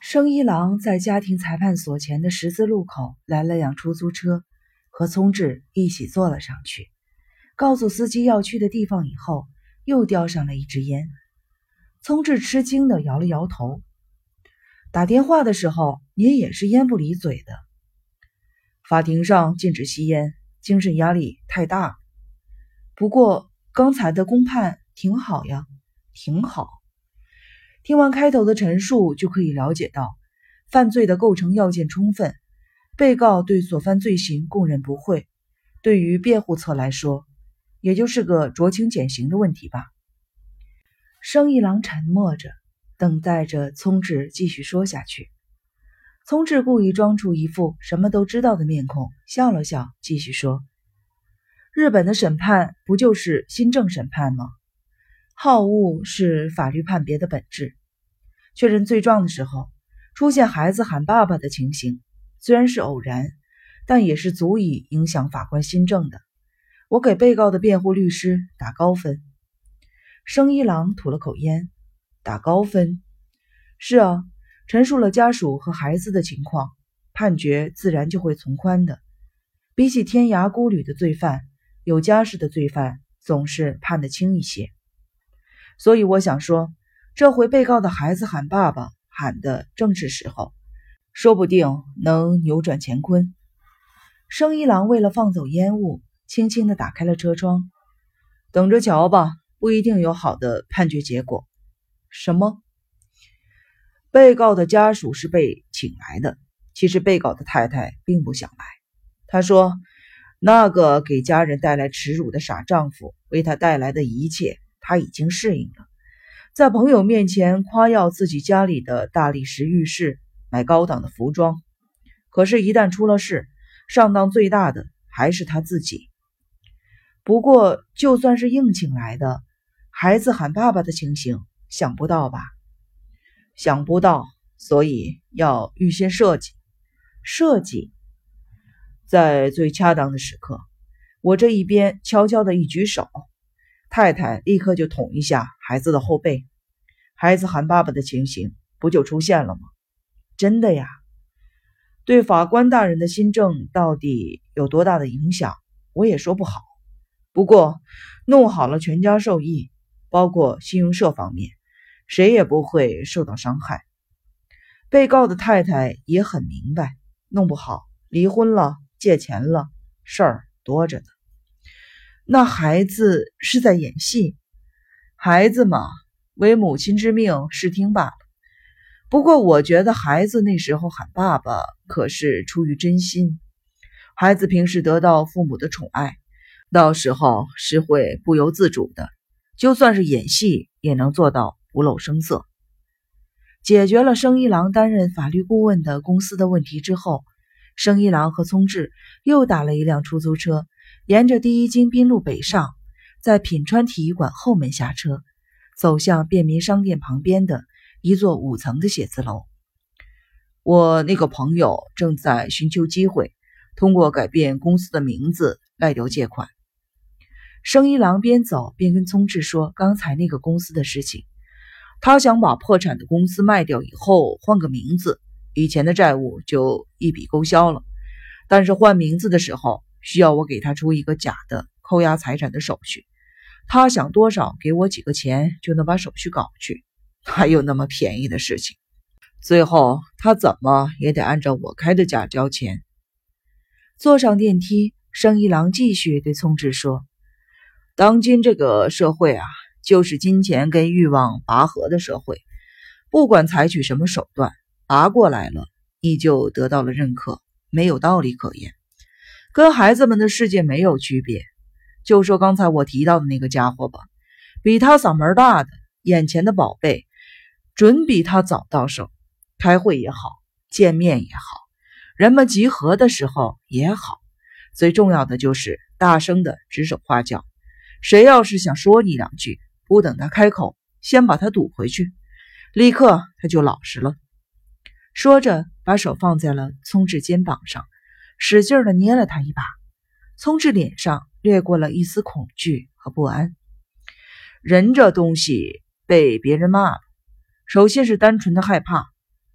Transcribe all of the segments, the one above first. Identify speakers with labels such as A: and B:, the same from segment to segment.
A: 生一郎在家庭裁判所前的十字路口拦了辆出租车，和聪智一起坐了上去。告诉司机要去的地方以后，又叼上了一支烟。聪智吃惊地摇了摇头。打电话的时候，您也是烟不离嘴的。法庭上禁止吸烟，精神压力太大。不过刚才的公判挺好呀。挺好。听完开头的陈述，就可以了解到犯罪的构成要件充分，被告对所犯罪行供认不讳，对于辩护侧来说，也就是个酌情减刑的问题吧。生一郎沉默着，等待着聪智继续说下去。聪智故意装出一副什么都知道的面孔，笑了笑，继续说：日本的审判不就是新政审判吗？好恶是法律判别的本质。确认罪状的时候，出现孩子喊爸爸的情形，虽然是偶然，但也是足以影响法官心证的。我给被告的辩护律师打高分。生一郎吐了口烟。打高分？是啊，陈述了家属和孩子的情况，判决自然就会从宽的。比起天涯孤旅的罪犯，有家室的罪犯总是判得轻一些。所以我想说，这回被告的孩子喊爸爸喊的正是时候，说不定能扭转乾坤。生一郎为了放走烟雾，轻轻地打开了车窗。等着瞧吧，不一定有好的判决结果。什么？被告的家属是被请来的，其实被告的太太并不想来。她说，那个给家人带来耻辱的傻丈夫为她带来的一切，她已经适应了。在朋友面前夸耀自己家里的大理石浴室，买高档的服装，可是一旦出了事，上当最大的还是他自己。不过就算是硬请来的，孩子喊爸爸的情形想不到吧？想不到，所以要预先设计。设计？在最恰当的时刻，我这一边悄悄地一举手，太太立刻就捅一下孩子的后背，孩子喊爸爸的情形不就出现了吗？真的呀。对法官大人的心证到底有多大的影响，我也说不好。不过弄好了全家受益，包括信用社方面，谁也不会受到伤害。被告的太太也很明白，弄不好离婚了，借钱了，事儿多着呢。那孩子是在演戏？孩子嘛，为母亲之命视听罢了。不过我觉得孩子那时候喊爸爸可是出于真心。孩子平时得到父母的宠爱，到时候是会不由自主的，就算是演戏也能做到不露声色。解决了生一郎担任法律顾问的公司的问题之后，生一郎和聪智又打了一辆出租车，沿着第一京滨路北上，在品川体育馆后门下车，走向便民商店旁边的一座5层的写字楼。我那个朋友正在寻求机会，通过改变公司的名字赖掉借款。生一郎边走边跟聪智说刚才那个公司的事情。他想把破产的公司卖掉以后换个名字，以前的债务就一笔勾销了。但是换名字的时候，需要我给他出一个假的扣押财产的手续。他想多少给我几个钱就能把手续搞去，还有那么便宜的事情。最后他怎么也得按照我开的价交钱。坐上电梯，生一郎继续对聪智说，当今这个社会啊，就是金钱跟欲望拔河的社会，不管采取什么手段，拔过来了，你就得到了认可，没有道理可言，跟孩子们的世界没有区别。就说刚才我提到的那个家伙吧，比他嗓门大的，眼前的宝贝，准比他早到手，开会也好，见面也好，人们集合的时候也好，最重要的就是大声的指手画脚，谁要是想说你两句，不等他开口，先把他堵回去，立刻他就老实了。说着，把手放在了聪智肩膀上，使劲地捏了他一把。聪智脸上掠过了一丝恐惧和不安。人这东西被别人骂了，首先是单纯的害怕，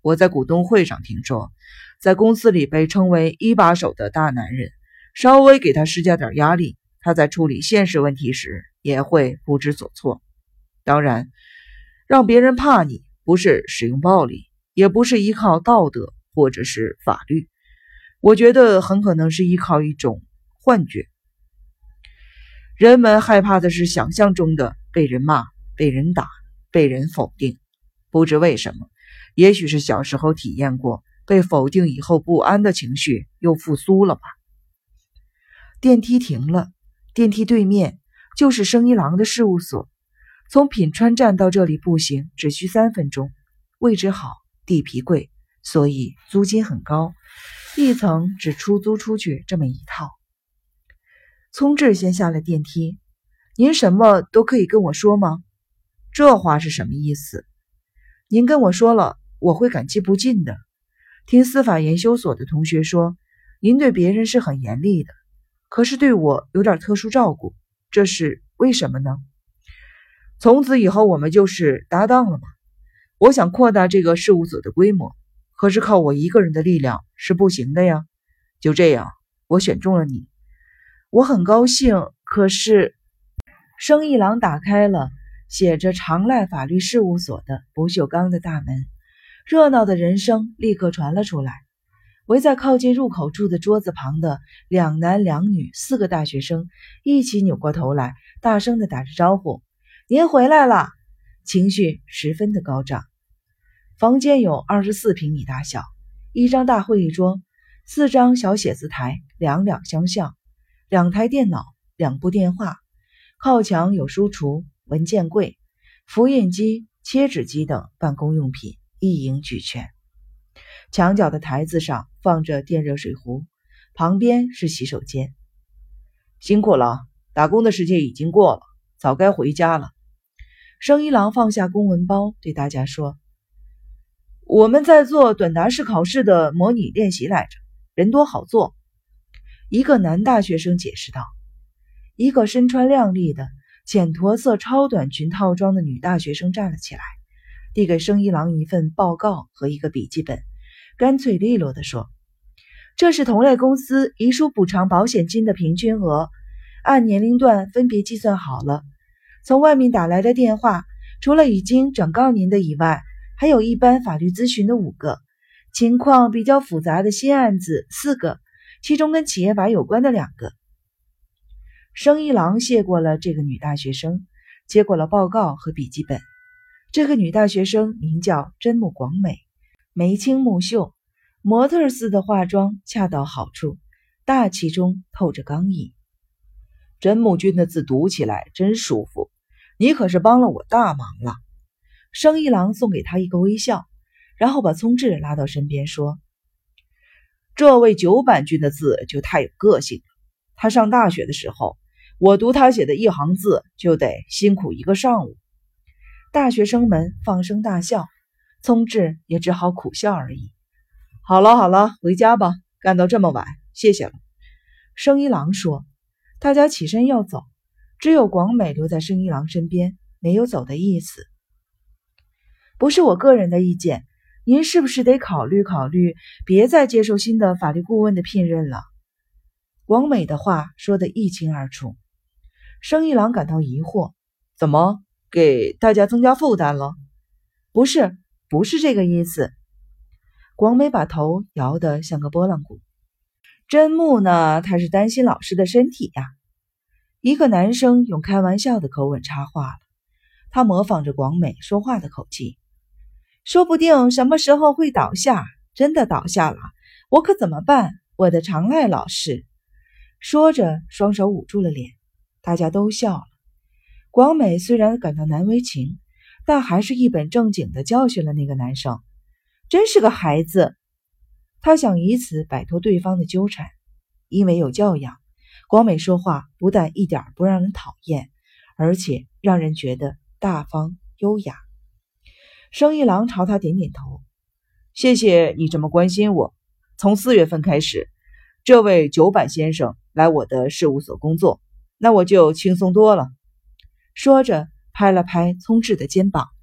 B: 我在股东会上听说，在公司里被称为一把手的大男人，稍微给他施加点压力，他在处理现实问题时也会不知所措。当然，让别人怕你不是使用暴力，也不是依靠道德或者是法律，我觉得很可能是依靠一种幻觉。人们害怕的是想象中的被人骂、被人打、被人否定。不知为什么，也许是小时候体验过被否定以后不安的情绪又复苏了吧。电梯停了，电梯对面就是生一郎的事务所。从品川站到这里步行只需3分钟，位置好，地皮贵，所以租金很高，一层只出租出去这么一套。聪智先下了电梯，您什么都可以跟我说吗？这话是什么意思？您跟我说了，我会感激不尽的。听司法研修所的同学说，您对别人是很严厉的，可是对我有点特殊照顾，这是为什么呢？从此以后我们就是搭档了嘛。我想扩大这个事务所的规模，可是靠我一个人的力量是不行的呀。就这样，我选中了你。我很高兴，可是生一郎打开了写着长濑法律事务所的不锈钢的大门，热闹的人声立刻传了出来。围在靠近入口处的桌子旁的2男2女4个大学生一起扭过头来，大声地打着招呼：“您回来了！”情绪十分的高涨。房间有24平米大小，一张大会议桌，4张小写字台，两两相向，2台电脑，2部电话，靠墙有书橱、文件柜、复印机、切纸机等办公用品一应俱全。墙角的台子上放着电热水壶，旁边是洗手间。辛苦了，打工的时间已经过了，早该回家了。生一郎放下公文包，对大家说：“我们在做短答式考试的模拟练习来着，人多好做。”一个男大学生解释道。一个身穿亮丽的浅驼色超短裙套装的女大学生站了起来，递给生一郎一份报告和一个笔记本，干脆利落地说：“这是同类公司遗属补偿保险金的平均额，按年龄段分别计算好了。从外面打来的电话，除了已经转告您的以外，还有一般法律咨询的5个，情况比较复杂的新案子4个，其中跟企业法有关的2个。”生一郎谢过了这个女大学生，接过了报告和笔记本。这个女大学生名叫真木广美，眉清目秀，模特似的化妆恰到好处，大气中透着刚毅。真木君的字读起来真舒服，你可是帮了我大忙了。生一郎送给他一个微笑，然后把聪智拉到身边说：“这位九板君的字就太有个性了，他上大学的时候，我读他写的一行字就得辛苦一个上午。”大学生们放声大笑，聪智也只好苦笑而已。好了好了，回家吧，干到这么晚，谢谢了。生一郎说。大家起身要走，只有广美留在生一郎身边，没有走的意思。不是我个人的意见，您是不是得考虑考虑，别再接受新的法律顾问的聘任了？广美的话说得一清二楚。生一郎感到疑惑，怎么给大家增加负担了？不是这个意思。广美把头摇得像个拨浪鼓。真木呢，他是担心老师的身体呀。一个男生用开玩笑的口吻插话了，他模仿着广美说话的口气，说不定什么时候会倒下，真的倒下了，我可怎么办？我的长濑老师。说着双手捂住了脸，大家都笑了。广美虽然感到难为情，但还是一本正经地教训了那个男生，真是个孩子。他想以此摆脱对方的纠缠，因为有教养，广美说话不但一点不让人讨厌，而且让人觉得大方优雅。生一郎朝他点点头，谢谢你这么关心我。从4月份开始，这位九板先生来我的事务所工作，那我就轻松多了。说着拍了拍聪智的肩膀。